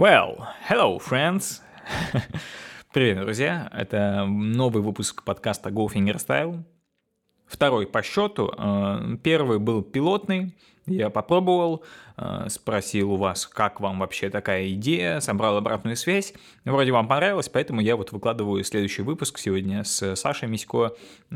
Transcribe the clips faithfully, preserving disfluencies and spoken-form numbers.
Well, hello, friends! Привет, друзья! Это новый выпуск подкаста Go Fingerstyle. Второй по счету. Первый был пилотный. Я попробовал, спросил у вас, как вам вообще такая идея, собрал обратную связь. Вроде вам понравилось, поэтому я вот выкладываю следующий выпуск сегодня с Сашей Мисько.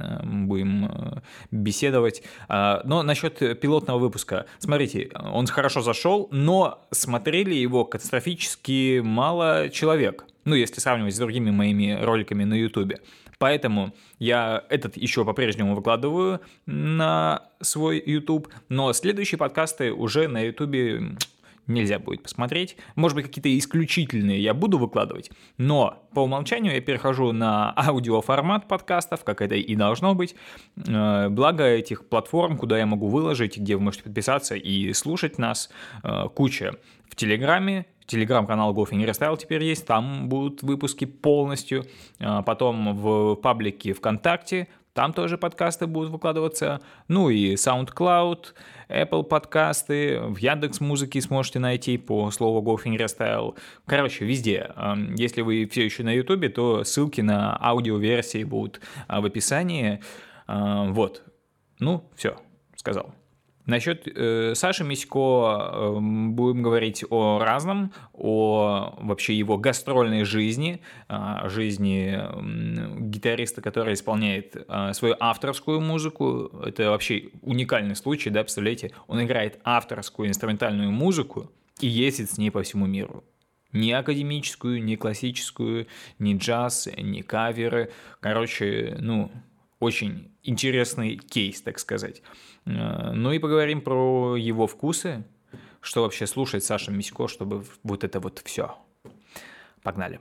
Будем беседовать. Но насчет пилотного выпуска. Смотрите, он хорошо зашел, но смотрели его катастрофически мало человек. Ну, если сравнивать с другими моими роликами на YouTube. Поэтому я этот еще по-прежнему выкладываю на свой YouTube, но следующие подкасты уже на YouTube нельзя будет посмотреть. Может быть, какие-то исключительные я буду выкладывать, но по умолчанию я перехожу на аудиоформат подкастов, как это и должно быть. Благо этих платформ, куда я могу выложить, где вы можете подписаться и слушать нас, куча. В Телеграме, телеграм-канал Go Fingerstyle теперь есть, там будут выпуски полностью. Потом в паблике ВКонтакте, там тоже подкасты будут выкладываться. Ну и SoundCloud, Apple подкасты, в Яндекс.Музыке сможете найти по слову Go Fingerstyle. Короче, везде. Если вы все еще на YouTube, то ссылки на аудиоверсии будут в описании. Вот. Ну, все, сказал. Насчет э, Саши Мисько э, будем говорить о разном, о вообще его гастрольной жизни, э, жизни э, гитариста, который исполняет э, свою авторскую музыку. Это вообще уникальный случай, да, представляете? Он играет авторскую инструментальную музыку и ездит с ней по всему миру. Ни академическую, ни классическую, ни джаз, ни каверы. Короче, ну, очень интересный кейс, так сказать. Ну и поговорим про его вкусы, что вообще слушать Саша Мисько, чтобы вот это вот все. Погнали.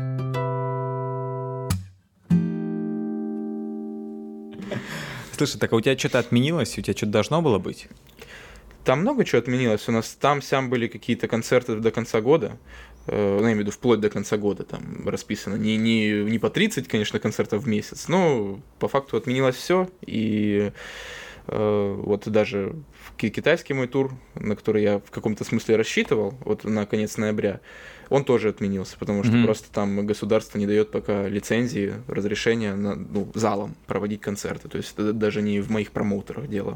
Слушай, так а у тебя что-то отменилось? У тебя что-то должно было быть? Там много чего отменилось. У нас там-сям были какие-то концерты до конца года. Ну, я имею в виду, вплоть до конца года там расписано. Не, не, не по тридцать, конечно, концертов в месяц, но по факту отменилось все. И э, вот даже китайский мой тур, на который я в каком-то смысле рассчитывал, вот на конец ноября, он тоже отменился, потому что mm-hmm. просто там государство не дает пока лицензии, разрешения на, ну, залом проводить концерты. То есть это даже не в моих промоутерах дело.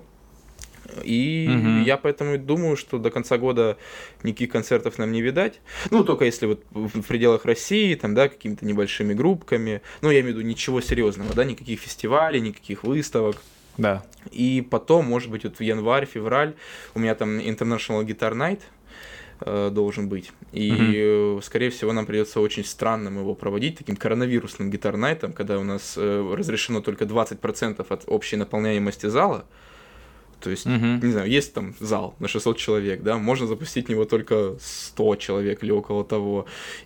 И угу. я поэтому думаю, что до конца года никаких концертов нам не видать. Ну, только если вот в пределах России, там, да, какими-то небольшими группками. Ну, я имею в виду ничего серьезного, да, никаких фестивалей, никаких выставок. Да. И потом, может быть, вот в январь, февраль у меня там International Guitar Night э, должен быть. И, угу. скорее всего, нам придется очень странным его проводить, таким коронавирусным гитар-найтом, когда у нас э, разрешено только двадцать процентов от общей наполняемости зала. То есть, uh-huh. не знаю, есть там зал на шестьсот человек, да, можно запустить в него только сто человек или около того,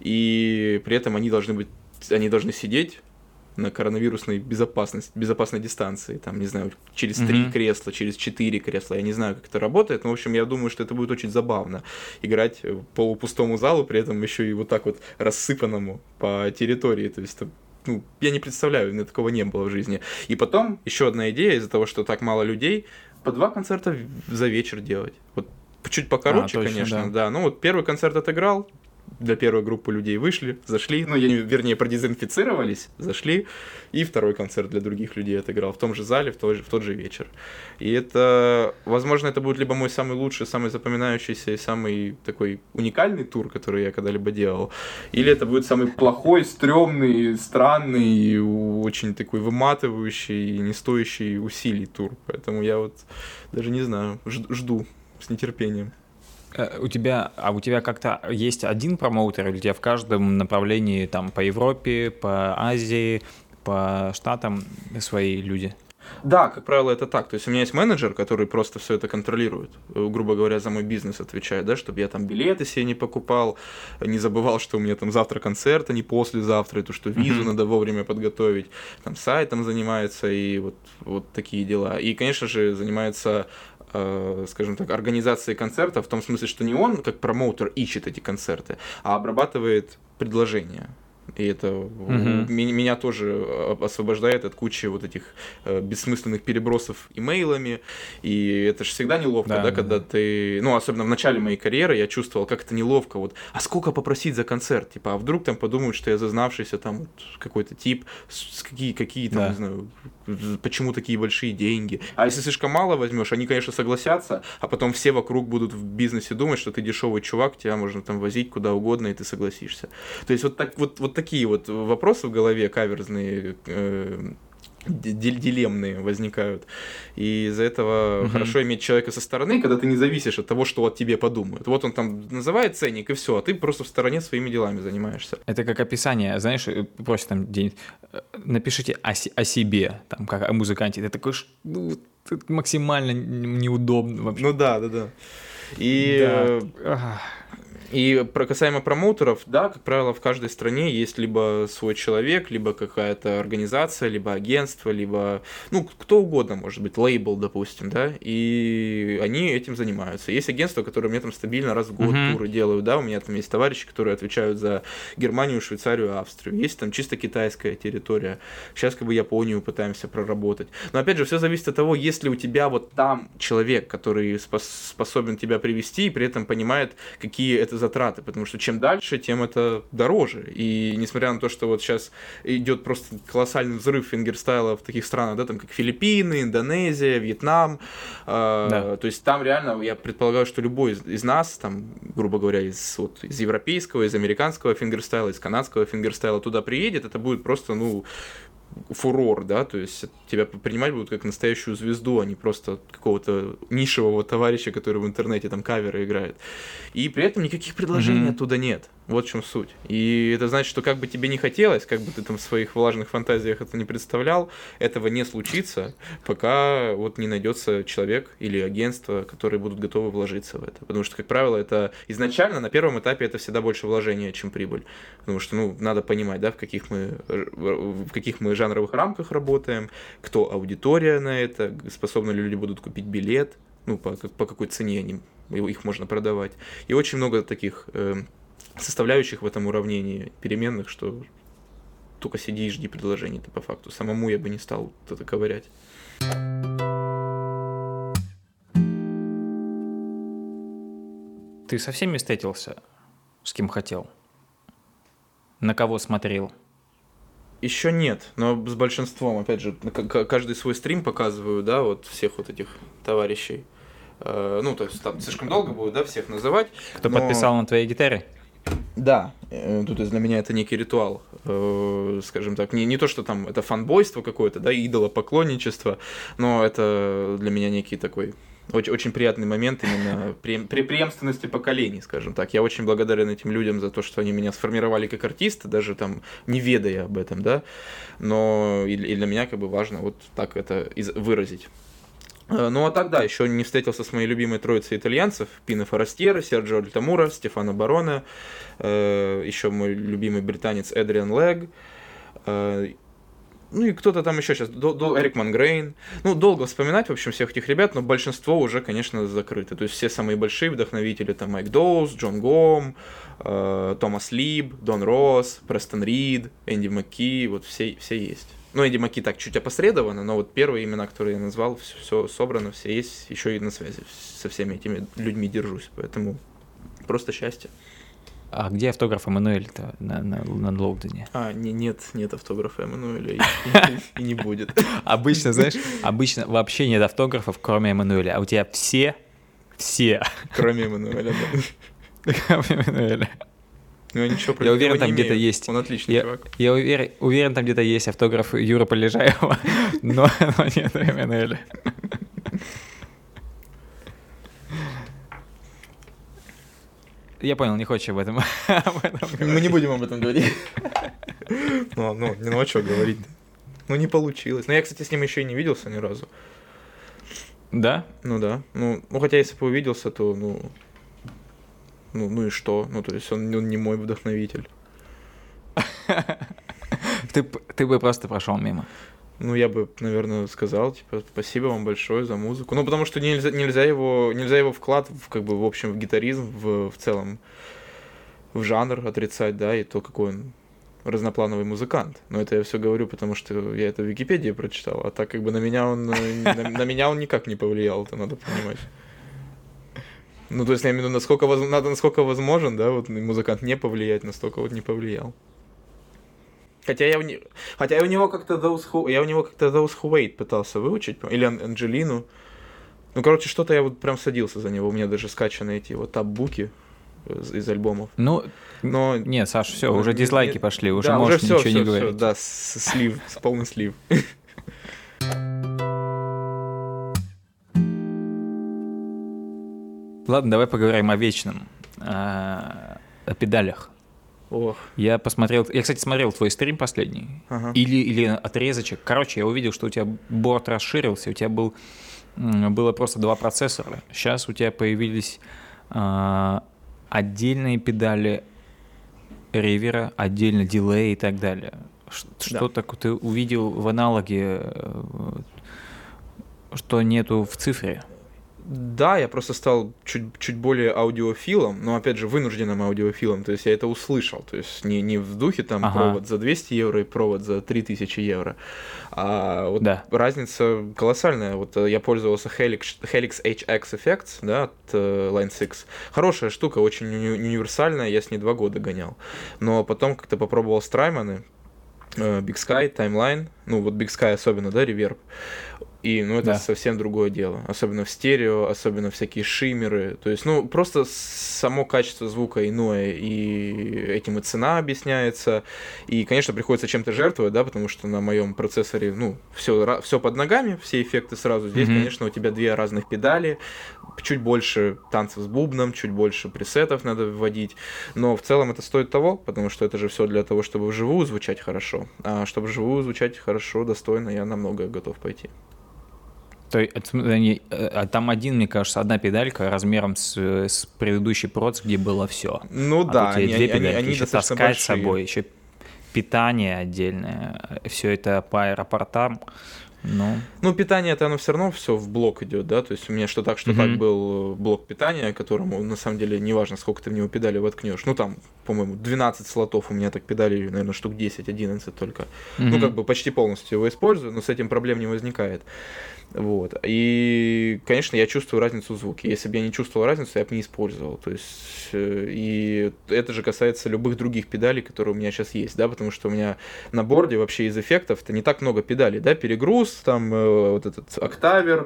и при этом они должны быть, они должны сидеть на коронавирусной безопасности, безопасной дистанции, там, не знаю, через три uh-huh. кресла, через четыре кресла, я не знаю, как это работает, но, в общем, я думаю, что это будет очень забавно, играть полупустому залу, при этом еще и вот так вот рассыпанному по территории, то есть, ну, я не представляю, у меня такого не было в жизни. И потом, еще одна идея, из-за того, что так мало людей, по два концерта за вечер делать. Вот чуть покороче, а, точно, конечно, да. да. Ну вот первый концерт отыграл, для первой группы людей вышли, зашли, ну, я, вернее, продезинфицировались, зашли, и второй концерт для других людей отыграл в том же зале, в тот же, в тот же вечер. И это, возможно, это будет либо мой самый лучший, самый запоминающийся и самый такой уникальный тур, который я когда-либо делал, или это будет самый плохой, стрёмный, странный, очень такой выматывающий и не стоящий усилий тур. Поэтому я вот даже не знаю, жду с нетерпением. У тебя, а у тебя как-то есть один промоутер, или у тебя в каждом направлении, там, по Европе, по Азии, по Штатам свои люди? Да, как правило, это так. То есть у меня есть менеджер, который просто все это контролирует, грубо говоря, за мой бизнес отвечает, да, чтобы я там билеты себе не покупал, не забывал, что у меня там завтра концерт, а не послезавтра, и то, что визу mm-hmm. надо вовремя подготовить, там сайтом занимается и вот, вот такие дела. И, конечно же, занимается, э, скажем так, организацией концертов в том смысле, что не он, как промоутер, ищет эти концерты, а обрабатывает предложения. И это Мгм. у- меня, меня тоже освобождает от кучи вот этих э, бессмысленных перебросов имейлами. И это же всегда неловко, да, Да, да, когда да. ты... Ну, особенно в начале моей карьеры я чувствовал, как это неловко. Вот, а сколько попросить за концерт? Типа, а вдруг там подумают, что я зазнавшийся там вот какой-то тип, с с какие, какие там, Да. не знаю, почему такие большие деньги. А если слишком мало возьмешь, они, конечно, согласятся, а потом все вокруг будут в бизнесе думать, что ты дешевый чувак, тебя можно там возить куда угодно, и ты согласишься. То есть вот, так, вот, вот такие вот вопросы в голове каверзные, э, ди- дилеммные возникают. И из-за этого Мгм. хорошо иметь человека со стороны, когда ты не зависишь от того, что о тебе подумают. Вот он там называет ценник, и все, а ты просто в стороне своими делами занимаешься. Это как описание, знаешь, э, просят там где-нибудь, э, напишите о, се- о себе, там, как о музыканте. Ты такой, ш- ну, вот это максимально н- неудобно вообще. Ну да, да, да. И Да. э, Ах. И про, касаемо промоутеров, да, как правило, в каждой стране есть либо свой человек, либо какая-то организация, либо агентство, либо, ну, кто угодно, может быть, лейбл, допустим, да, и они этим занимаются. Есть агентства, которые мне там стабильно раз в год Мгм. туры делают, да, у меня там есть товарищи, которые отвечают за Германию, Швейцарию, Австрию. Есть там чисто китайская территория. Сейчас как бы Японию пытаемся проработать. Но опять же, все зависит от того, есть ли у тебя вот там человек, который спос- способен тебя привести и при этом понимает, какие это затраты, потому что чем дальше, тем это дороже. И несмотря на то, что вот сейчас идет просто колоссальный взрыв фингерстайла в таких странах, да, там как Филиппины, Индонезия, Вьетнам, э, Да. то есть там реально, я предполагаю, что любой из, из нас, там, грубо говоря, из, вот, из европейского, из американского фингерстайла, из канадского фингерстайла туда приедет, это будет просто, ну, фурор, да, то есть тебя принимать будут как настоящую звезду, а не просто какого-то нишевого товарища, который в интернете там каверы играет. И при этом никаких предложений Мгм. оттуда нет. Вот в чем суть. И это значит, что как бы тебе не хотелось, как бы ты там в своих влажных фантазиях это не представлял, этого не случится, пока вот не найдется человек или агентство, которые будут готовы вложиться в это. Потому что, как правило, это изначально на первом этапе это всегда больше вложения, чем прибыль. Потому что, ну, надо понимать, да, в каких мы, в каких мы жанровых рамках работаем, кто аудитория на это, способны ли люди будут купить билет, ну, по, по какой цене они, их можно продавать. И очень много таких э, составляющих в этом уравнении переменных, что только сиди и жди предложений-то по факту. Самому я бы не стал это ковырять. Ты со всеми встретился, с кем хотел? На кого смотрел? Еще нет, но с большинством, опять же, к- к- каждый свой стрим показываю, да, вот всех вот этих товарищей. Э, Ну, то есть там слишком долго будет, да, всех называть. Кто но- подписал на твоей гитаре? Да, э, тут для меня это некий ритуал, э, скажем так. Не, не то, что там это фанбойство какое-то, да, идолопоклонничество, но это для меня некий такой очень, очень приятный момент именно при, при преемственности поколений, скажем так. Я очень благодарен этим людям за то, что они меня сформировали как артиста, даже там не ведая об этом, да, но и, и для меня как бы важно вот так это из- выразить. Э, Ну а тогда еще не встретился с моей любимой троицей итальянцев: Пино Форастьера, Серджио Альтамура, Стефано Бароне, э, еще мой любимый британец Эдриан Лэг, э, ну и кто-то там еще сейчас, до, до- Эрик Мангрейн. Ну, долго вспоминать, в общем, всех этих ребят, но большинство уже, конечно, закрыты. То есть все самые большие вдохновители, там Майк Доуз, Джон Гом, э, Томас Либ, Дон Росс, Престон Рид, Энди Макки, вот все, все есть. Ну, Энди Макки так чуть опосредованно, но вот первые имена, которые я назвал, все собрано, все есть, еще и на связи со всеми этими людьми держусь, поэтому просто счастье. А где автограф Эммануэля-то на, на, на Лоудоне? А, не, нет, нет автографа Эммануэля, и, и- и не будет. Обычно, знаешь, обычно вообще нет автографов, кроме Эммануэля, а у тебя все, все, Кроме Эммануэля, да. кроме Эммануэля. Ну, я ничего Я против уверен, него там не где-то имею. есть. Он отличный Я, чувак. я уверен, уверен, там где-то есть автограф Юры Полежаева, но, но нет Эммануэля. Я понял, не хочешь об этом. об этом Мы говорить. не будем об этом говорить. Ну, ну, ну, а что говорить? Ну, не получилось. Но я, кстати, с ним еще и не виделся ни разу. Да? Ну да. Ну, ну хотя если бы увиделся, то, ну, ну, ну и что? Ну, то есть он, он не мой вдохновитель. Ты, п- ты бы просто прошел мимо. Ну, я бы, наверное, сказал, типа, спасибо вам большое за музыку. Ну, потому что нельзя, нельзя его, нельзя его вклад, в, как бы, в общем, в гитаризм, в, в целом, в жанр отрицать, да, и то, какой он разноплановый музыкант. Но это я все говорю, потому что я это в Википедии прочитал, а так как бы на меня он, на, на меня он никак не повлиял, это надо понимать. Ну, то есть, я имею в виду, насколько, воз... надо, насколько возможен, да, вот музыкант не повлиять, настолько вот не повлиял. Хотя я у, не... Хотя я у него как-то Those Who... я у него как-то Those Who Wait пытался выучить, или Ан- Анджелину. Ну, короче, что-то я вот прям садился за него, у меня даже скачаны эти вот таб-буки из, из альбомов. Ну, но... нет, Саш, все, уже дизлайки нет, пошли, уже да, можешь уже всё, ничего всё, не всё, говорить. Да, с- слив, с полный слив. Ладно, давай поговорим о вечном, о, о педалях. Ох. Я посмотрел, я, кстати, смотрел твой стрим последний, Ага. или, или отрезочек. Короче, я увидел, что у тебя борт расширился, у тебя был, было просто два процессора. Сейчас у тебя появились а, отдельные педали ривера, отдельно дилей и так далее. Что Да. так ты увидел в аналоге, что нету в цифре? Да, я просто стал чуть, чуть более аудиофилом, но, опять же, вынужденным аудиофилом, то есть я это услышал, то есть не, не в духе там Ага. провод за двести евро и провод за три тысячи евро, а вот Да. разница колоссальная. Вот я пользовался Helix, Helix эйч экс Effects, да, от uh, Line шесть. Хорошая штука, очень уни- универсальная, я с ней два года гонял. Но потом как-то попробовал Strymon, uh, Big Sky, Timeline, ну вот Big Sky особенно, да, реверб. И, ну, это Да. совсем другое дело. Особенно в стерео, особенно всякие шиммеры. То есть, ну, просто само качество звука иное, и этим и цена объясняется. И, конечно, приходится чем-то жертвовать, да, потому что на моем процессоре, ну, все, все под ногами, все эффекты сразу. Здесь, Мгм. конечно, у тебя две разных педали, чуть больше танцев с бубном, чуть больше пресетов надо вводить. Но в целом это стоит того, потому что это же все для того, чтобы вживую звучать хорошо. А чтобы вживую звучать хорошо, достойно, я на многое готов пойти. То есть, это, они, э, там один, мне кажется, одна педалька размером с, с предыдущий проц, где было все. Ну а да, тут тебе они, две они, педальки, они еще достаточно таскать с большие. собой, еще питание отдельное, все это по аэропортам. Ну, Ну, питание-то оно все равно все в блок идет, да, то есть у меня что так, что Мгм. так был блок питания, которому на самом деле не важно, сколько ты в него педали воткнешь. Ну, там, по-моему, двенадцать слотов, у меня так педалей, наверное, штук десять-одиннадцать только. Ну, мгм. как бы почти полностью его использую, но с этим проблем не возникает. Вот. И, конечно, я чувствую разницу в звуке. Если бы я не чувствовал разницу, я бы не использовал. То есть, э, и это же касается любых других педалей, которые у меня сейчас есть, да, потому что у меня на борде вообще из эффектов-то не так много педалей, да, перегруз, там э, вот этот октавер,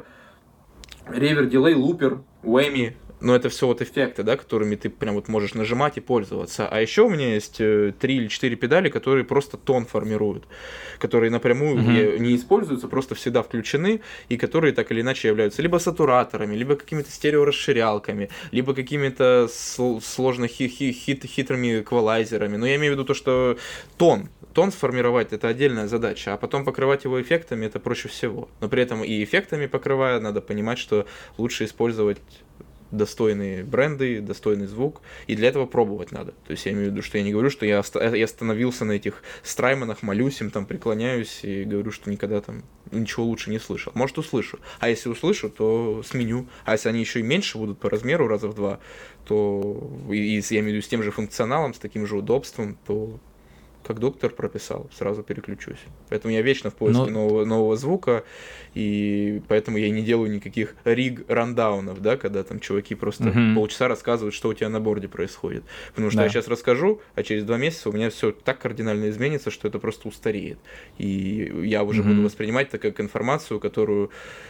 ревер, дилей, лупер, уэми. Но это все вот эффекты, да, которыми ты прям вот можешь нажимать и пользоваться. А еще у меня есть э, три или четыре педали, которые просто тон формируют, которые напрямую Мгм. не- не используются, просто всегда включены, и которые так или иначе являются либо сатураторами, либо какими-то стереорасширялками, либо какими-то сл- сложно хи- хи- хит- хитрыми эквалайзерами. Но я имею в виду то, что тон, тон сформировать это отдельная задача, а потом покрывать его эффектами это проще всего. Но при этом и эффектами покрывая, надо понимать, что лучше использовать достойные бренды, достойный звук, и для этого пробовать надо. То есть я имею в виду, что я не говорю, что я, оста- я остановился на этих Страйманах, молюсь им, там, преклоняюсь и говорю, что никогда там ничего лучше не слышал. Может, услышу. А если услышу, то сменю. А если они еще и меньше будут по размеру, раза в два, то, и, и я имею в виду с тем же функционалом, с таким же удобством, то как доктор прописал, сразу переключусь. Поэтому я вечно в поиске Ну, нового, нового звука, и поэтому я не делаю никаких риг-рандаунов, да, когда там чуваки просто Мгм. полчаса рассказывают, что у тебя на борде происходит. Потому что Да. я сейчас расскажу, а через два месяца у меня все так кардинально изменится, что это просто устареет. И я уже Мгм. буду воспринимать это как информацию, которую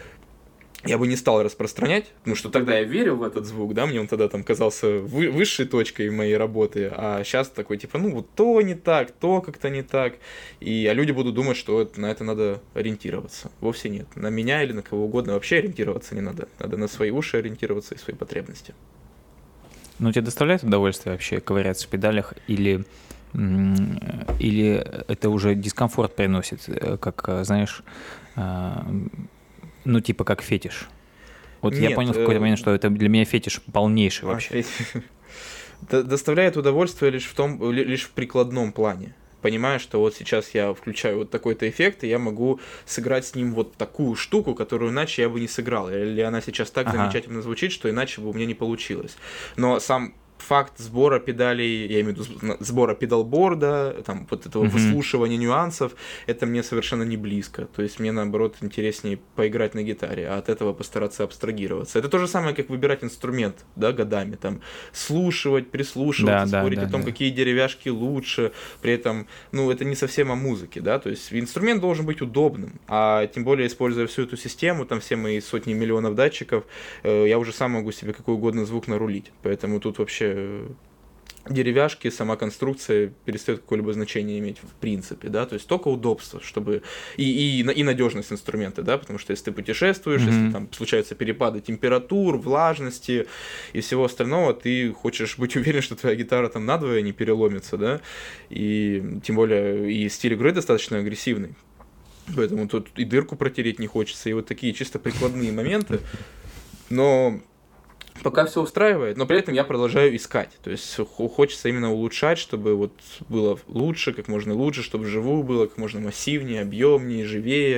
я бы не стал распространять, потому что тогда я верил в этот звук, да, мне он тогда там казался вы- высшей точкой моей работы, а сейчас такой, типа, ну, вот то не так, то как-то не так, и а люди будут думать, что это, на это надо ориентироваться. Вовсе нет. На меня или на кого угодно вообще ориентироваться не надо. Надо на свои уши ориентироваться и свои потребности. Ну, тебе доставляет удовольствие вообще ковыряться в педалях, или, м, или это уже дискомфорт приносит, э, как, э, знаешь, а, ну, типа как фетиш? Вот я Нет, понял в какой-то э, момент, что это для меня фетиш полнейший А, вообще. Федь, д- доставляет удовольствие лишь в том, ли- лишь в прикладном плане. Понимаю, что вот сейчас я включаю вот такой-то эффект, и я могу сыграть с ним вот такую штуку, которую иначе я бы не сыграл. Или она сейчас так Ага. замечательно звучит, что иначе бы у меня не получилось. Но сам факт сбора педалей, я имею в виду сбора педалборда, там вот этого mm-hmm. выслушивания нюансов, это мне совершенно не близко. То есть мне, наоборот, интереснее поиграть на гитаре, а от этого постараться абстрагироваться. Это то же самое, как выбирать инструмент, да, годами. Там слушать, прислушиваться, да, спорить да, да, о том, да. какие деревяшки лучше. При этом, ну, это не совсем о музыке, да, то есть инструмент должен быть удобным. А тем более, используя всю эту систему, там все мои сотни миллионов датчиков, э, я уже сам могу себе какой угодно звук нарулить. Поэтому тут вообще деревяшки, сама конструкция перестает какое-либо значение иметь в принципе, да, то есть только удобство, чтобы и, и, и надежность инструмента, да, потому что если ты путешествуешь, mm-hmm. если там случаются перепады температур, влажности и всего остального, ты хочешь быть уверен, что твоя гитара там надвое не переломится, да, и тем более и стиль игры достаточно агрессивный, поэтому тут и дырку протереть не хочется, и вот такие чисто прикладные моменты, но пока все устраивает, но при этом я продолжаю искать. То есть хочется именно улучшать, чтобы вот было лучше, как можно лучше, чтобы вживую было как можно массивнее, объемнее, живее.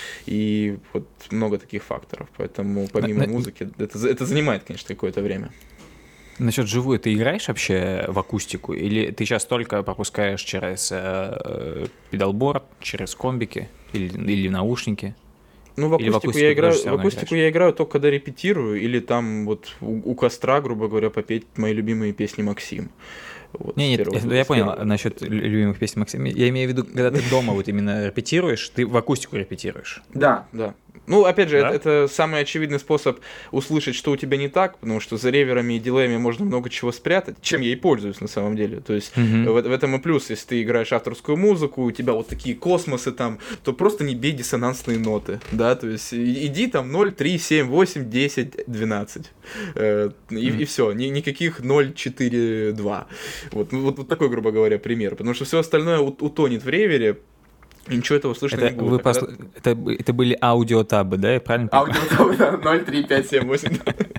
И вот много таких факторов. Поэтому помимо на, музыки, это, это занимает, конечно, какое-то время. Насчет живую, ты играешь вообще в акустику? Или ты сейчас только пропускаешь через э, педалборд, через комбики или, или наушники? Ну, в акустику, в акустику, я играю, в акустику я играю только когда репетирую, или там вот у, у костра, грубо говоря, попеть мои любимые песни Максим. Вот, не, нет, первого, я понял первого. Насчет любимых песен Максима. Я имею в виду, когда ты дома вот именно репетируешь, ты в акустику репетируешь. Да, да. Ну, опять же, да? это, это самый очевидный способ услышать, что у тебя не так, потому что за реверами и дилеями можно много чего спрятать, чем я и пользуюсь на самом деле. То есть угу. в, в этом и плюс, если ты играешь авторскую музыку, у тебя вот такие космосы там, то просто не бей диссонансные ноты, да, то есть иди там ноль, три, семь, восемь, десять, двенадцать, э, и, mm. и все, ни, никаких ноль, четыре, два. Вот, вот, вот такой, грубо говоря, пример, потому что все остальное утонет в ревере. И ничего этого слышно это не будет. Вы посл... это, это были аудиотабы, да? Я правильно понимаю? Аудиотабы, да, ноль, три, пять, семь, восемь.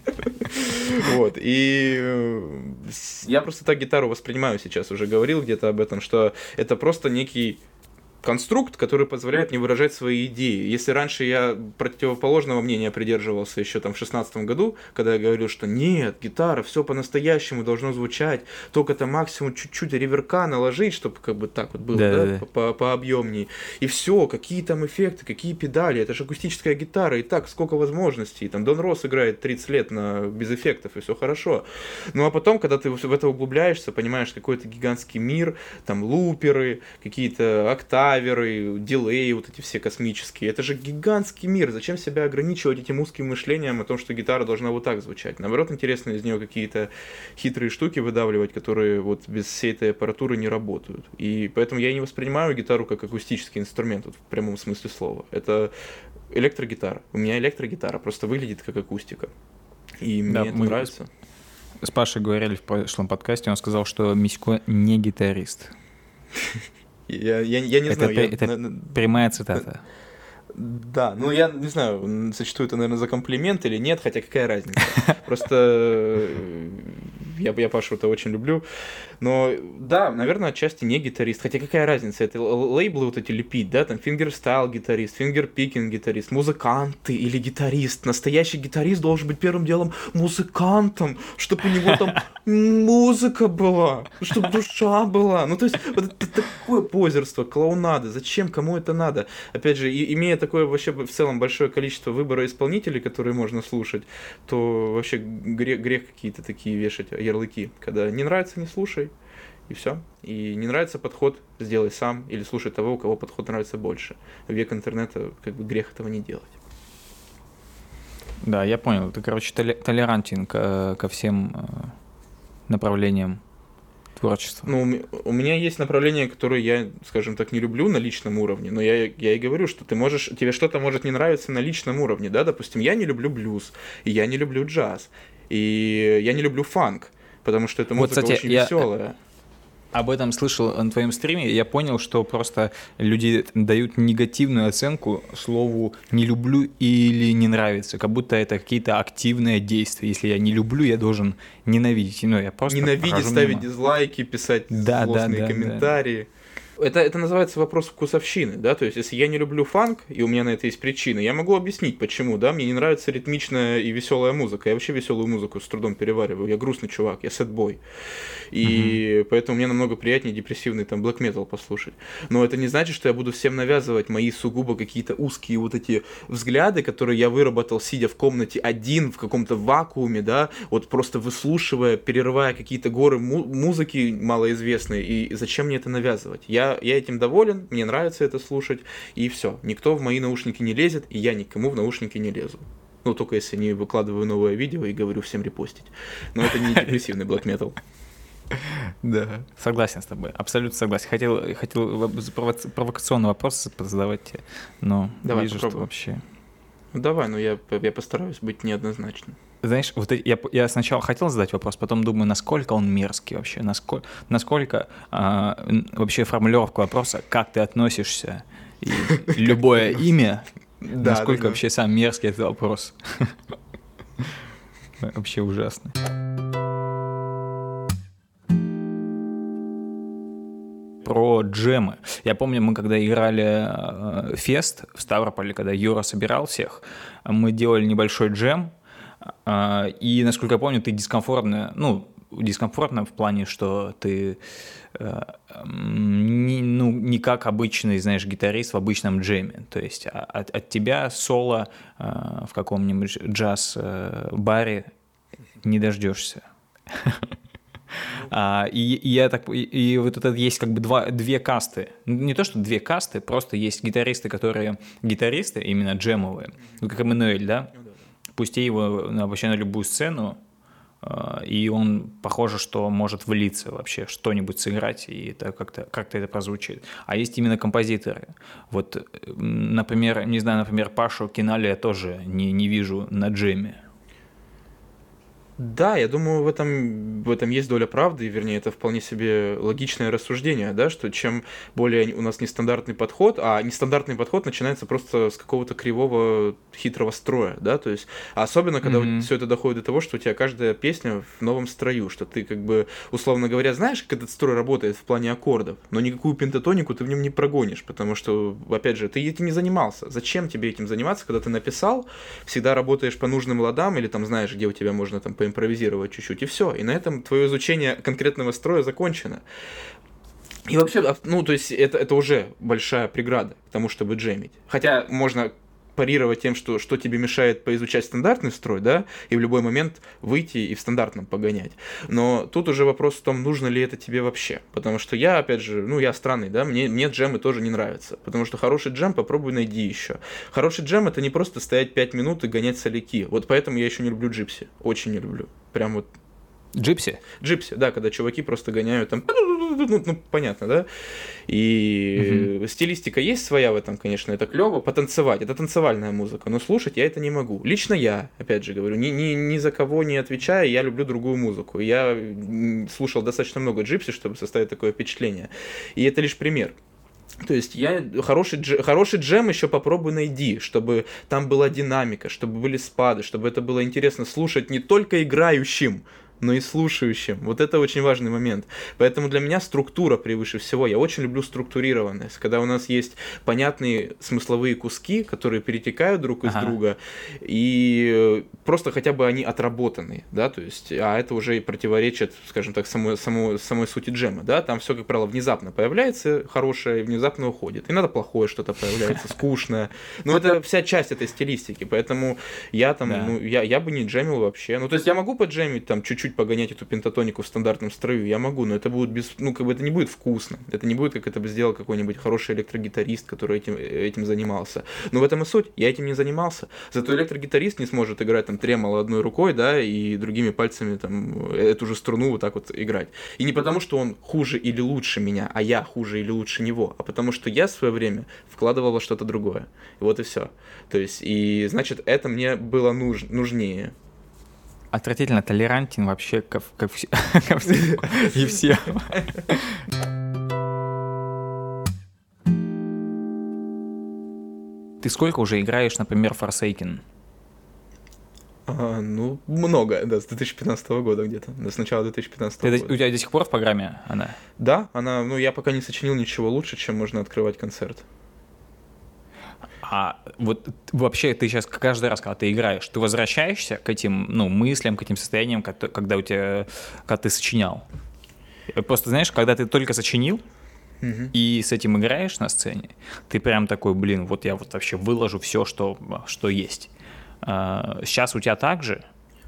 Вот, и я просто так гитару воспринимаю сейчас, уже говорил где-то об этом, что это просто некий конструкт, который позволяет мне выражать свои идеи. Если раньше я противоположного мнения придерживался еще там в шестнадцатом году, когда я говорил, что нет, гитара, все по-настоящему должно звучать, только там максимум чуть-чуть реверка наложить, чтобы как бы так вот было, да, да, да. пообъемнее. И все, какие там эффекты, какие педали, это же акустическая гитара, и так сколько возможностей. Там Дон Росс играет тридцать лет на, без эффектов, и все хорошо. Ну а потом, когда ты в это углубляешься, понимаешь, какой-то гигантский мир, там луперы, какие-то октавы, дилеи, вот эти все космические. Это же гигантский мир. Зачем себя ограничивать этим узким мышлением о том, что гитара должна вот так звучать? Наоборот, интересно из нее какие-то хитрые штуки выдавливать, которые вот без всей этой аппаратуры не работают. И поэтому я не воспринимаю гитару как акустический инструмент, вот в прямом смысле слова. Это электрогитара. У меня электрогитара просто выглядит как акустика. И мне да, это мы нравится. С Пашей говорили в прошлом подкасте, он сказал, что Митько не гитарист. Я, я, я не это знаю. При, я, это на, прямая цитата. Да, ну я не знаю, сочту это, наверное, за комплимент или нет, хотя какая разница. Просто я, я Пашу-то очень люблю. Но да, наверное, отчасти не гитарист. Хотя какая разница, это лейблы вот эти лепить, да, там фингерстайл гитарист, фингерпикинг гитарист, музыканты или гитарист. Настоящий гитарист должен быть первым делом музыкантом, чтобы у него там музыка была, чтобы душа была. Ну, то есть, вот это такое позерство, клоунада. Зачем, кому это надо? Опять же, и, имея такое вообще в целом большое количество выбора исполнителей, которые можно слушать, то вообще грех, грех какие-то такие вешать ярлыки. Когда не нравится, не слушай. И все. И не нравится подход, сделай сам, или слушай того, у кого подход нравится больше. В век интернета как бы грех этого не делать. Да, я понял. Ты, короче, толерантен ко, ко всем направлениям творчества. Ну, у меня есть направления, которые я, скажем так, не люблю на личном уровне, но я, я и говорю, что ты можешь, тебе что-то может не нравиться на личном уровне, да, допустим, я не люблю блюз, и я не люблю джаз, и я не люблю фанк, потому что эта музыка вот, кстати, очень я... веселая. Об этом слышал на твоем стриме, и я понял, что просто люди дают негативную оценку слову «не люблю» или «не нравится», как будто это какие-то активные действия. Если я не люблю, я должен ненавидеть. Ну, я просто ненавидеть, ставить мимо. Дизлайки, писать да, злостные да, да, комментарии. Да. это, это называется вопрос вкусовщины, да, то есть если я не люблю фанк, и у меня на это есть причины, я могу объяснить, почему, да, мне не нравится ритмичная и веселая музыка, я вообще веселую музыку с трудом перевариваю, я грустный чувак, я сэдбой, и mm-hmm. поэтому мне намного приятнее депрессивный там блэк метал послушать, но это не значит, что я буду всем навязывать мои сугубо какие-то узкие вот эти взгляды, которые я выработал, сидя в комнате один, в каком-то вакууме, да, вот просто выслушивая, перерывая какие-то горы му- музыки малоизвестные, и зачем мне это навязывать? Я, я этим доволен, мне нравится это слушать, и все. Никто в мои наушники не лезет, и я никому в наушники не лезу. Ну, только если не выкладываю новое видео и говорю всем репостить. Но это не депрессивный black metal. Да, согласен с тобой, абсолютно согласен. Хотел, хотел провокационный вопрос задавать, но Давай, вижу, попробуем. Что вообще... Ну, давай, но я, я постараюсь быть неоднозначным. Знаешь, вот я, я сначала хотел задать вопрос, потом думаю, насколько он мерзкий вообще, насколько, насколько а, вообще формулировка вопроса, как ты относишься, и любое имя, насколько вообще сам мерзкий этот вопрос. Вообще ужасно. Про джемы. Я помню, мы когда играли фест в Ставрополе, когда Юра собирал всех, мы делали небольшой джем, и, насколько я помню, ты дискомфортно, ну, дискомфортно в плане, что ты не, ну, не как обычный, знаешь, гитарист в обычном джеме. То есть от, от тебя соло в каком-нибудь джаз-баре не дождешься. А, и, и я так и, и вот это есть как бы два, две касты. Не то, что две касты, просто есть гитаристы, которые гитаристы, именно джемовые, как Эммануэль, да? Пусти его на, вообще на любую сцену, и он, похоже, что может влиться вообще, что-нибудь сыграть, и это как-то, как-то это прозвучит. А есть именно композиторы. Вот, например, не знаю, например, Пашу Кинали я тоже не, не вижу на джеме. Да, я думаю, в этом, в этом есть доля правды, вернее, это вполне себе логичное рассуждение, да, что чем более у нас нестандартный подход, а нестандартный подход начинается просто с какого-то кривого, хитрого строя, да, то есть, особенно, когда mm-hmm. все это доходит до того, что у тебя каждая песня в новом строю, что ты, как бы, условно говоря, знаешь, как этот строй работает в плане аккордов, но никакую пентатонику ты в нем не прогонишь, потому что, опять же, ты этим не занимался. Зачем тебе этим заниматься, когда ты написал, всегда работаешь по нужным ладам, или там знаешь, где у тебя можно там поимпровизировать чуть-чуть, и все. И на этом твое изучение конкретного строя закончено. И вообще, ну, то есть, это, это уже большая преграда к тому, чтобы джемить. Хотя можно парировать тем, что, что тебе мешает поизучать стандартный строй, да, и в любой момент выйти и в стандартном погонять. Но тут уже вопрос в том, нужно ли это тебе вообще. Потому что я, опять же, ну, я странный, да, мне, мне джемы тоже не нравятся. Потому что хороший джем попробуй найди еще. Хороший джем — это не просто стоять пять минут и гонять соляки. Вот поэтому я еще не люблю джипси. Очень не люблю. Прям вот. Джипси? Джипси, да, когда чуваки просто гоняют там, ну, ну понятно, да, и угу. стилистика есть своя в этом, конечно, это клево, потанцевать, это танцевальная музыка, но слушать я это не могу. Лично я, опять же говорю, ни, ни, ни за кого не отвечаю, я люблю другую музыку, я слушал достаточно много джипси, чтобы составить такое впечатление, и это лишь пример. То есть я хороший, дж, хороший джем еще попробуй найди, чтобы там была динамика, чтобы были спады, чтобы это было интересно слушать не только играющим, но и слушающим. Вот это очень важный момент. Поэтому для меня структура превыше всего. Я очень люблю структурированность, когда у нас есть понятные смысловые куски, которые перетекают друг из ага. друга, и просто хотя бы они отработаны, да, то есть, а это уже и противоречит, скажем так, самой, самой, самой сути джема, да, там все, как правило, внезапно появляется хорошее и внезапно уходит. Иногда плохое что-то появляется, скучное. Но это вся часть этой стилистики, поэтому я там, ну, я, я бы не джемил вообще. Ну, то есть я могу поджемить там чуть-чуть погонять эту пентатонику в стандартном строю, я могу, но это будет без, ну, как бы это не будет вкусно. Это не будет, как это бы сделал какой-нибудь хороший электрогитарист, который этим, этим занимался. Но в этом и суть, я этим не занимался. Зато электрогитарист не сможет играть там тремоло одной рукой, да, и другими пальцами там эту же струну вот так вот играть. И не потому, что он хуже или лучше меня, а я хуже или лучше него, а потому что я в свое время вкладывал во что-то другое. И вот и все. То есть, и значит, это мне было нуж- нужнее. Отвратительно толерантен вообще ко, ко, ко всем и всем. Ты сколько уже играешь, например, Forsaken? А, ну, много, да, с две тысячи пятнадцатого года где-то, да, с начала две тысячи пятнадцатого Ты, года. у тебя до сих пор в программе она? Да, она, ну, я пока не сочинил ничего лучше, чем можно открывать концерт. А вот вообще ты сейчас каждый раз, когда ты играешь, ты возвращаешься к этим, ну, мыслям, к этим состояниям, когда у тебя, когда ты сочинял? Просто, знаешь, когда ты только сочинил, Угу. и с этим играешь на сцене, ты прям такой, блин, вот я вот вообще выложу все, что, что есть. А, сейчас у тебя так же?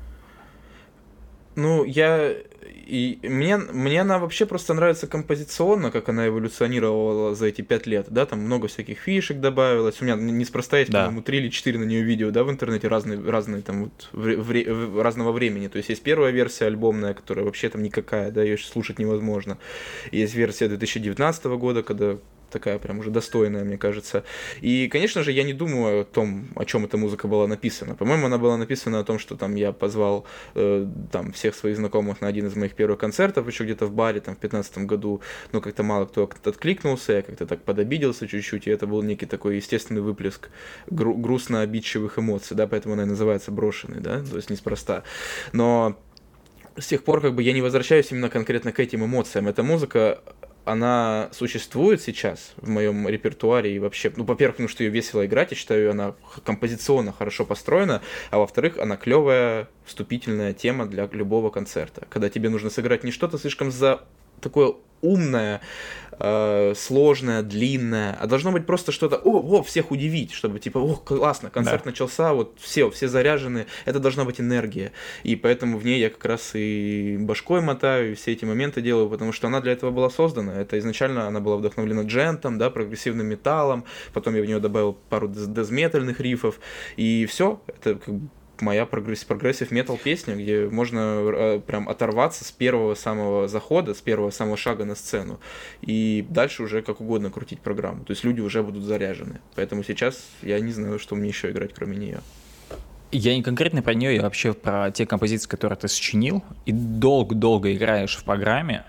Ну, я... И мне, мне она вообще просто нравится композиционно, как она эволюционировала за эти пять лет, да, там много всяких фишек добавилось, у меня неспроста есть, Да. по-моему, три или четыре на нее видео, да, в интернете, разные, разные там вот, вре- вре- разного времени, то есть есть первая версия альбомная, которая вообще там никакая, да, ее слушать невозможно, есть версия две тысячи девятнадцатого года, когда такая прям уже достойная, мне кажется. И, конечно же, я не думаю о том, о чем эта музыка была написана. По-моему, она была написана о том, что там я позвал э, там всех своих знакомых на один из моих первых концертов, еще где-то в баре там в пятнадцатом году, но как-то мало кто откликнулся, я как-то так подобиделся чуть-чуть, и это был некий такой естественный выплеск гру- грустно-обидчивых эмоций, да, поэтому она и называется «Брошенный», да, то есть неспроста. Но с тех пор как бы я не возвращаюсь именно конкретно к этим эмоциям. Эта музыка, она существует сейчас в моем репертуаре и вообще, ну, во-первых, потому что ее весело играть, я считаю, она композиционно хорошо построена, а во-вторых, она клевая вступительная тема для любого концерта, когда тебе нужно сыграть не что-то слишком за такое умное, э, сложное, длинное, а должно быть просто что-то, о, о, всех удивить, чтобы типа, о, классно, концерт Да. начался, вот все, все заряжены, это должна быть энергия, и поэтому в ней я как раз и башкой мотаю, и все эти моменты делаю, потому что она для этого была создана, это изначально она была вдохновлена джентом, да, прогрессивным металлом, потом я в нее добавил пару дезметальных рифов, и все, это как бы моя прогрессив метал песня, где можно э, прям оторваться с первого самого захода, с первого самого шага на сцену, и дальше уже как угодно крутить программу. То есть люди уже будут заряжены. Поэтому сейчас я не знаю, что мне еще играть, кроме нее. Я не конкретно про нее, я вообще про те композиции, которые ты сочинил, и долго-долго играешь в программе,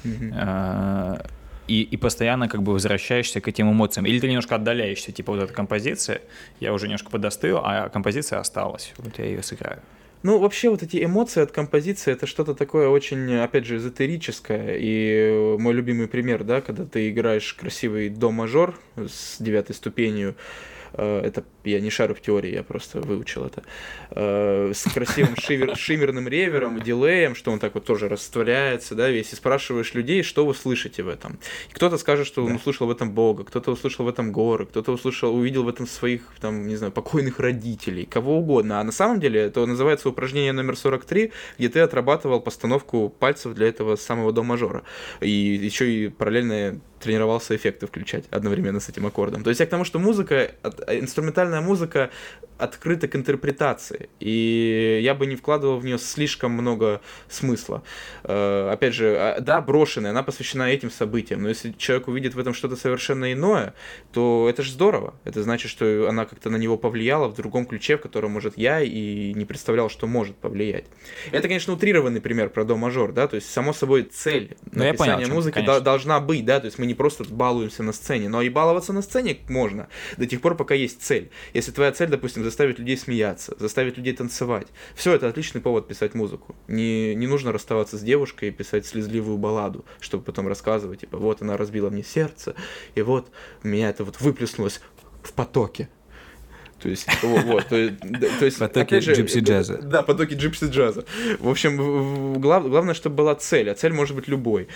Mm-hmm. И, и постоянно как бы возвращаешься к этим эмоциям. Или ты немножко отдаляешься, типа вот эта композиция, я уже немножко подостыл, а композиция осталась, вот я ее сыграю. Ну, вообще, вот эти эмоции от композиции, это что-то такое очень, опять же, эзотерическое. И мой любимый пример, да, когда ты играешь красивый до-мажор с девятой ступенью, это я не шарю в теории, я просто выучил это, с красивым шивер, шиммерным ревером, дилеем, что он так вот тоже растворяется, да, весь, и спрашиваешь людей, что вы слышите в этом. И кто-то скажет, что он да. услышал в этом Бога, кто-то услышал в этом горы, кто-то услышал, увидел в этом своих, там, не знаю, покойных родителей, кого угодно. А на самом деле это называется упражнение номер сорок три, где ты отрабатывал постановку пальцев для этого самого до-мажора. И еще и параллельно тренировался эффекты включать одновременно с этим аккордом. То есть я к тому, что музыка, инструментальная музыка открыта к интерпретации, и я бы не вкладывал в нее слишком много смысла. Опять же, да, брошенная, она посвящена этим событиям, но если человек увидит в этом что-то совершенно иное, то это же здорово. Это значит, что она как-то на него повлияла в другом ключе, в котором, может, я и не представлял, что может повлиять. Это, конечно, утрированный пример про до-мажор, да, то есть, само собой, цель но написания понял, музыки чем, должна быть, да, то есть мы не просто балуемся на сцене, но и баловаться на сцене можно до тех пор, пока есть цель. Если твоя цель, допустим, заставить людей смеяться, заставить людей танцевать, все, это отличный повод писать музыку. Не, не нужно расставаться с девушкой и писать слезливую балладу, чтобы потом рассказывать, типа, вот она разбила мне сердце, и вот у меня это вот выплеснулось в потоке. То есть, вот, то, то есть, потоки джипси джаза. Да, потоки джипси джаза. В общем, глав, главное, чтобы была цель, а цель может быть любой.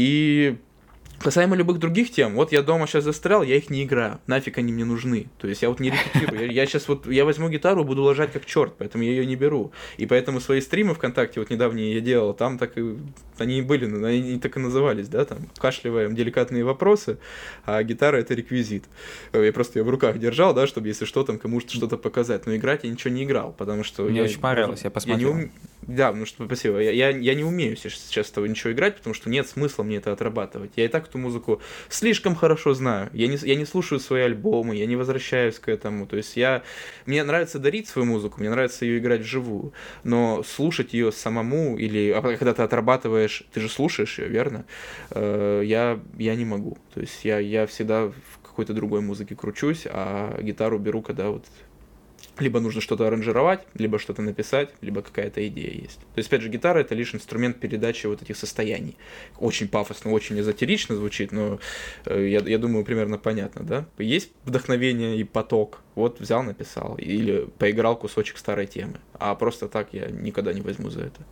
И касаемо любых других тем, вот я дома сейчас застрял, я их не играю, нафиг они мне нужны. То есть я вот не репетирую, я, я сейчас вот, я возьму гитару, буду ложать как черт, поэтому я ее не беру. И поэтому свои стримы ВКонтакте, вот недавние я делал, там так и, они и были, они так и назывались, да, там, кашливаем деликатные вопросы, а гитара — это реквизит. Я просто ее в руках держал, да, чтобы, если что, там, кому-то что-то показать, но играть я ничего не играл, потому что... Мне я, очень понравилось, я посмотрел. Я не ум... Да, ну что, спасибо, я, я, я не умею сейчас этого ничего играть, потому что нет смысла мне это отрабатывать. Я и так эту музыку слишком хорошо знаю. Я не, я не слушаю свои альбомы, я не возвращаюсь к этому. То есть я... Мне нравится дарить свою музыку, мне нравится ее играть вживую. Но слушать ее самому, или а когда ты отрабатываешь, ты же слушаешь ее, верно? Э, я, я не могу. То есть я, я всегда в какой-то другой музыке кручусь, а гитару беру, когда вот либо нужно что-то аранжировать, либо что-то написать, либо какая-то идея есть. То есть, опять же, гитара — это лишь инструмент передачи вот этих состояний. Очень пафосно, очень эзотерично звучит, но э, я, я думаю, примерно понятно, да? Есть вдохновение и поток, вот взял, написал, или поиграл кусочек старой темы. А просто так я никогда не возьму за это.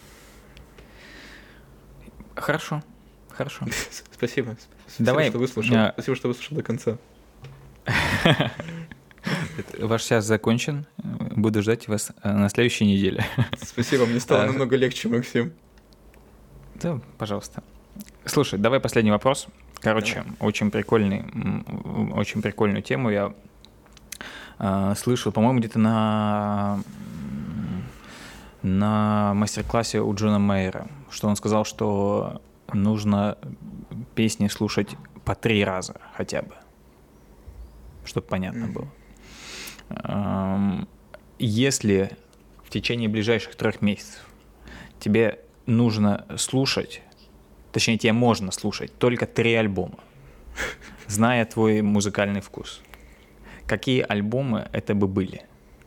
Хорошо, хорошо. Спасибо. Давай. Спасибо, что выслушал. А... Спасибо, что выслушал до конца. Ваш час закончен. Буду ждать вас на следующей неделе. Спасибо, мне стало намного легче, Максим. Да, пожалуйста. Слушай, давай последний вопрос. Короче, давай. очень прикольный, очень прикольную тему я э, слышал, по-моему, где-то на на мастер-классе у Джона Мейера, что он сказал, что нужно песни слушать по три раза хотя бы, чтобы понятно было. Если в течение ближайших трех месяцев тебе нужно слушать, точнее, тебе можно слушать только три альбома, зная твой музыкальный вкус, какие альбомы это бы были?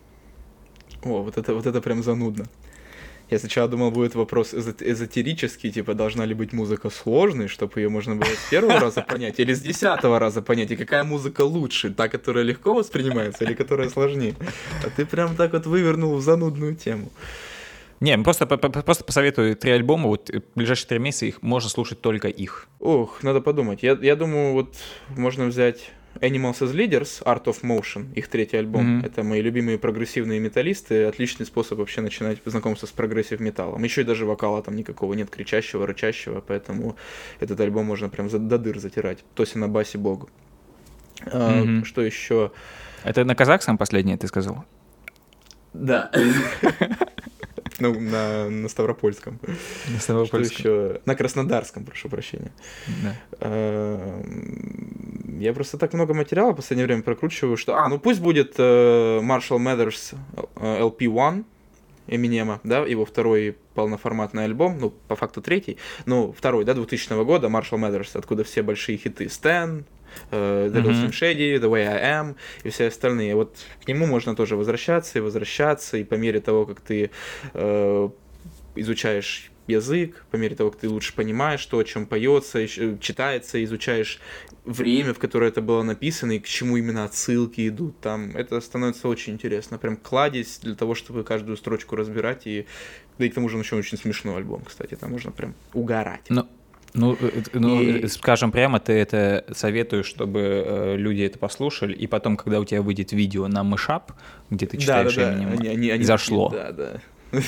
О, вот это, вот это прям занудно. Я сначала думал, будет вопрос эзотерический, типа, должна ли быть музыка сложной, чтобы ее можно было с первого раза понять, или с десятого раза понять, и какая музыка лучше, та, которая легко воспринимается, или которая сложнее. А ты прям так вот вывернул в занудную тему. Не, просто, просто посоветую три альбома, вот в ближайшие три месяца их можно слушать только их. Ох, надо подумать. Я, я думаю, вот можно взять Animals as Leaders, Art of Motion, их третий альбом. Mm-hmm. Это мои любимые прогрессивные металлисты. Отличный способ вообще начинать знакомство с прогрессив металлом. Еще и даже вокала там никакого нет, кричащего, рычащего, поэтому этот альбом можно прям до дыр затирать. Тоси на басе богу. Mm-hmm. А, что еще? Это на казахском последнее ты сказал? Да. Ну, на, на Ставропольском. На Ставропольском. Что еще? На Краснодарском, прошу прощения. Да. Я просто так много материала в последнее время прокручиваю, что... А, ну пусть будет uh, Marshall Mathers эл пи один Эминема, да, его второй полноформатный альбом, ну, по факту третий, ну, второй, да, двухтысячного года, Marshall Mathers, откуда все большие хиты Stan, uh, The Real Slim Shady, The Way I Am и все остальные. Вот к нему можно тоже возвращаться и возвращаться, и по мере того, как ты uh, изучаешь язык, по мере того, как ты лучше понимаешь, что о чем поется, читается, изучаешь время, в которое это было написано, и к чему именно отсылки идут там. Это становится очень интересно. Прям кладезь для того, чтобы каждую строчку разбирать. И, да и к тому же он еще очень смешной альбом, кстати. Там можно прям угорать. Ну, ну, ну и... скажем прямо, ты это советуешь, чтобы люди это послушали, и потом, когда у тебя выйдет видео на Mashup, где ты читаешь да, да, Eminem, да. Они, они, они зашло. Такие, да, да.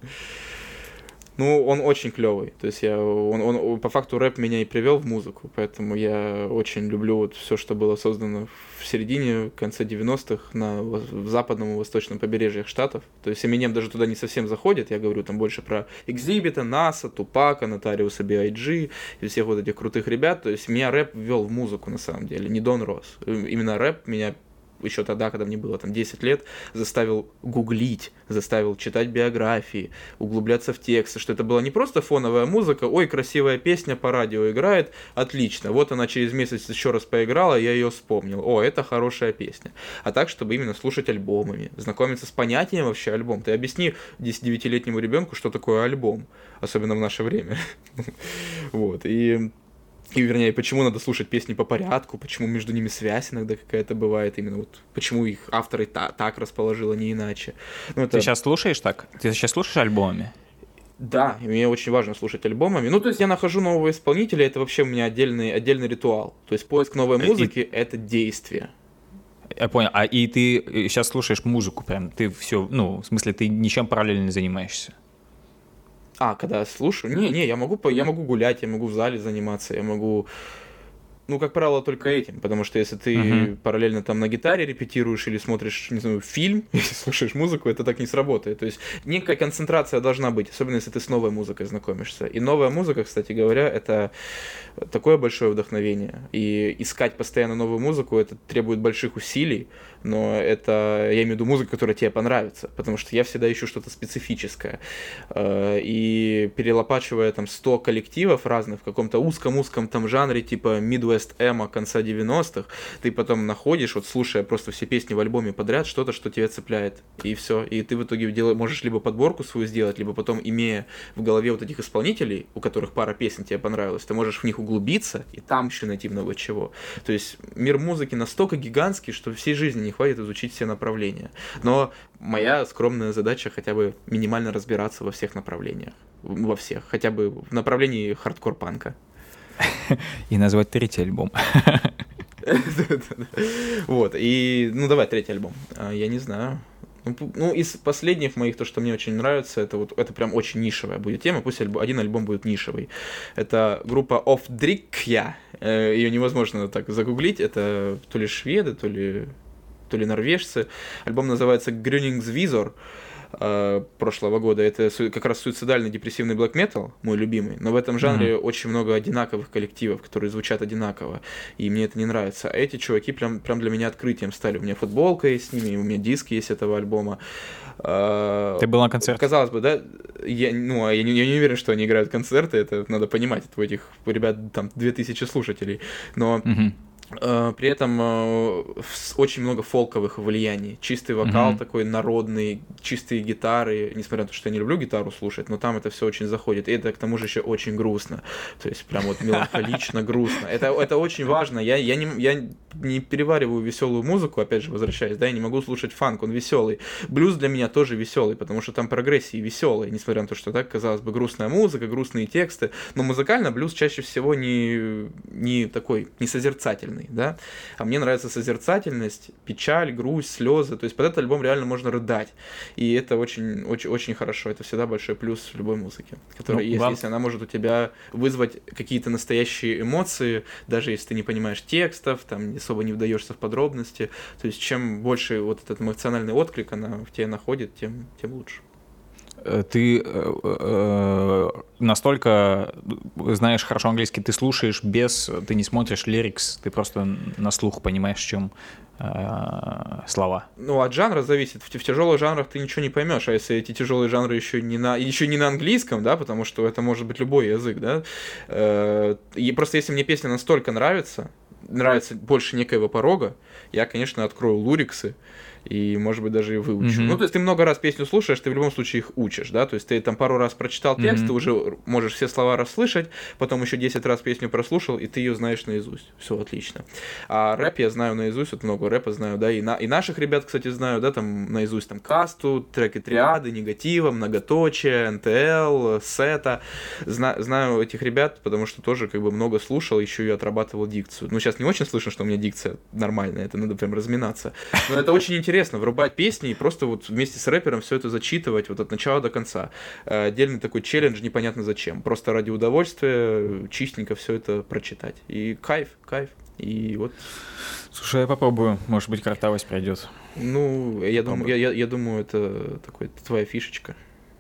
Ну, он очень клевый. То есть я, он, он, по факту рэп меня и привел в музыку, поэтому я очень люблю вот все, что было создано в середине, в конце девяностых на в западном и восточном побережьях Штатов. То есть Eminem даже туда не совсем заходит, я говорю там больше про Экзибита, Наса, Тупака, Нотариуса би ай джи и всех вот этих крутых ребят. То есть меня рэп ввел в музыку на самом деле, не Дон Росс. Именно рэп меня еще тогда, когда мне было там десять лет, заставил гуглить, заставил читать биографии, углубляться в тексты, что это была не просто фоновая музыка, ой, красивая песня по радио играет, отлично, вот она через месяц еще раз поиграла, я ее вспомнил, о, это хорошая песня. А так, чтобы именно слушать альбомами, знакомиться с понятием вообще альбом. Ты объясни десять-девятилетнему ребенку, что такое альбом, особенно в наше время. Вот, и... И, вернее, почему надо слушать песни по порядку, почему между ними связь иногда какая-то бывает, именно вот почему их авторы та- так расположил, а не иначе. Ну, это... Ты сейчас слушаешь так? Ты сейчас слушаешь альбомами? Да, и мне очень важно слушать альбомами. Ну, то есть я нахожу нового исполнителя, это вообще у меня отдельный, отдельный ритуал. То есть поиск новой музыки и... — это действие. Я понял. А и ты сейчас слушаешь музыку прям, ты все, ну, в смысле, ты ничем параллельно не занимаешься? А, когда слушаю? Не, не, я могу, я могу гулять, я могу в зале заниматься, я могу... Ну, как правило, только этим, потому что если ты uh-huh. параллельно там на гитаре репетируешь или смотришь, не знаю, фильм, если слушаешь музыку, это так не сработает. То есть некая концентрация должна быть, особенно если ты с новой музыкой знакомишься. И новая музыка, кстати говоря, это такое большое вдохновение. И искать постоянно новую музыку, это требует больших усилий, но это, я имею в виду музыку, которая тебе понравится, потому что я всегда ищу что-то специфическое. И перелопачивая там сто коллективов разных в каком-то узком-узком там жанре, типа Midwest West Эма конца девяностых, ты потом находишь, вот слушая просто все песни в альбоме подряд, что-то, что тебя цепляет, и все. И ты в итоге дел... можешь либо подборку свою сделать, либо потом, имея в голове вот этих исполнителей, у которых пара песен тебе понравилась, ты можешь в них углубиться и там еще найти много чего. То есть мир музыки настолько гигантский, что всей жизни не хватит изучить все направления. Но моя скромная задача хотя бы минимально разбираться во всех направлениях. Во всех. Хотя бы в направлении хардкор-панка. И назвать третий альбом. Вот. И, ну, давай третий альбом. Я не знаю. Ну, из последних моих, то, что мне очень нравится, это вот это прям очень нишевая будет тема. Пусть альбом, один альбом будет нишевый. Это группа Ofdrikja. Ее невозможно так загуглить. Это то ли шведы, то ли, то ли норвежцы. Альбом называется Gröningsvisor. Прошлого года. Это как раз суицидальный депрессивный black metal, мой любимый, но в этом жанре mm-hmm. очень много одинаковых коллективов, которые звучат одинаково, и мне это не нравится. А эти чуваки прям, прям для меня открытием стали. У меня футболка есть с ними, у меня диск есть этого альбома. Ты был на концерте? Казалось бы, да, я, ну, я, не, я не уверен, что они играют концерты, это надо понимать, это у этих ребят там две тысячи слушателей, но mm-hmm. При этом очень много фолковых влияний. Чистый вокал mm-hmm. такой народный, чистые гитары. Несмотря на то, что я не люблю гитару слушать, но там это все очень заходит. И это к тому же еще очень грустно. То есть прям вот меланхолично, грустно. Это, это очень важно. Я, я, не, я не перевариваю веселую музыку, опять же, возвращаясь, да, я не могу слушать фанк, он веселый. Блюз для меня тоже веселый, потому что там прогрессии веселые, несмотря на то, что так, казалось бы, грустная музыка, грустные тексты. Но музыкально блюз чаще всего не, не такой, не созерцательный. Да? А мне нравится созерцательность, печаль, грусть, слезы. То есть под этот альбом реально можно рыдать. И это очень, очень, очень хорошо. Это всегда большой плюс в любой музыке, которая ну, есть, вам... если она может у тебя вызвать какие-то настоящие эмоции, даже если ты не понимаешь текстов, там особо не вдаешься в подробности. То есть чем больше вот этот эмоциональный отклик она в тебе находит, тем, тем лучше. Ты э, э, настолько знаешь хорошо английский, ты слушаешь без, ты не смотришь лирикс, ты просто на слух понимаешь, в чем э, слова. Ну, от жанра зависит. В, в тяжелых жанрах ты ничего не поймешь, а если эти тяжелые жанры еще не на, еще не на английском, да, потому что это может быть любой язык, да. Э, и просто если мне песня настолько нравится, нравится больше некоего порога, я, конечно, открою луриксы и, может быть, даже и выучу. Mm-hmm. Ну, то есть ты много раз песню слушаешь, ты в любом случае их учишь, да, то есть ты там пару раз прочитал текст, mm-hmm. ты уже можешь все слова расслышать, потом еще десять раз песню прослушал, и ты ее знаешь наизусть. Все отлично. А рэп я знаю наизусть, вот много рэпа знаю, да, и, на, и наших ребят, кстати, знаю, да, там наизусть там Касту, треки Триады, Негатива, Многоточие, эн тэ эл, Сета. Зна, знаю этих ребят, потому что тоже как бы много слушал, еще и отрабатывал дикцию. Ну, сейчас не очень слышно, что у меня дикция нормальная, это надо прям разминаться. Но это очень интересно. Интересно врубать песни и просто вот вместе с рэпером все это зачитывать вот от начала до конца. Отдельный такой челлендж, непонятно зачем. Просто ради удовольствия чистенько все это прочитать. И кайф, кайф. И вот. Слушай, я попробую. Может быть, картавость пройдет. Ну, я думаю, я, я, я думаю, это такой твоя фишечка.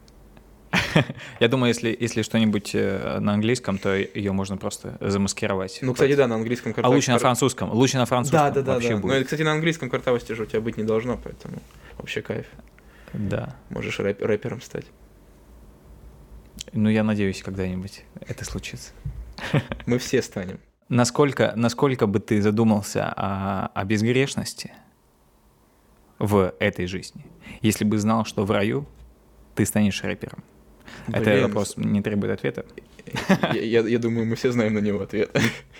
Я думаю, если, если что-нибудь на английском, то ее можно просто замаскировать. Ну, кстати, да, на английском картавости. А лучше на французском. Лучше на французском. Да, да, да. Вообще да. будет. Ну, кстати, на английском картавости же у тебя быть не должно, поэтому вообще кайф. Да. Можешь рэп- рэпером стать. Ну, я надеюсь, когда-нибудь это случится. Мы все станем. Насколько, насколько бы ты задумался о, о безгрешности в этой жизни, если бы знал, что в раю ты станешь рэпером? Блин, это вопрос не требует ответа. Я, я, я думаю, мы все знаем на него ответ.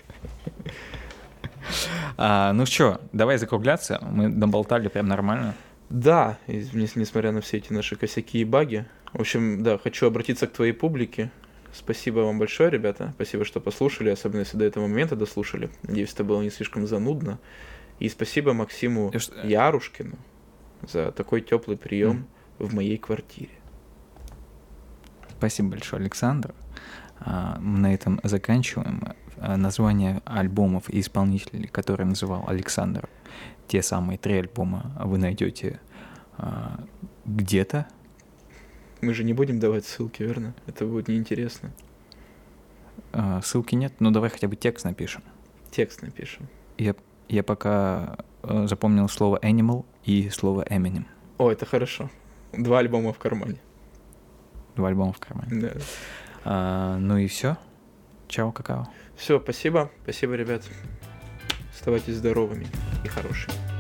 А, ну что, давай закругляться. Мы доболтали прям нормально. Да, несмотря на все эти наши косяки и баги. В общем, да, хочу обратиться к твоей публике. Спасибо вам большое, ребята. Спасибо, что послушали, особенно если до этого момента дослушали. Надеюсь, это было не слишком занудно. И спасибо Максиму Ярушкину за такой теплый прием mm. в моей квартире. Спасибо большое, Александр. На этом заканчиваем. Название альбомов и исполнителей, которые называл Александр, те самые три альбома вы найдете где-то. Мы же не будем давать ссылки, верно? Это будет неинтересно. Ссылки нет, но давай хотя бы текст напишем. Текст напишем. Я, я пока запомнил слово Animal и слово Eminem. О, это хорошо. Два альбома в кармане. Два альбома в кармане. Да. А, ну и все. Чао, какао. Все, спасибо. Спасибо, ребят. Оставайтесь здоровыми и хорошими.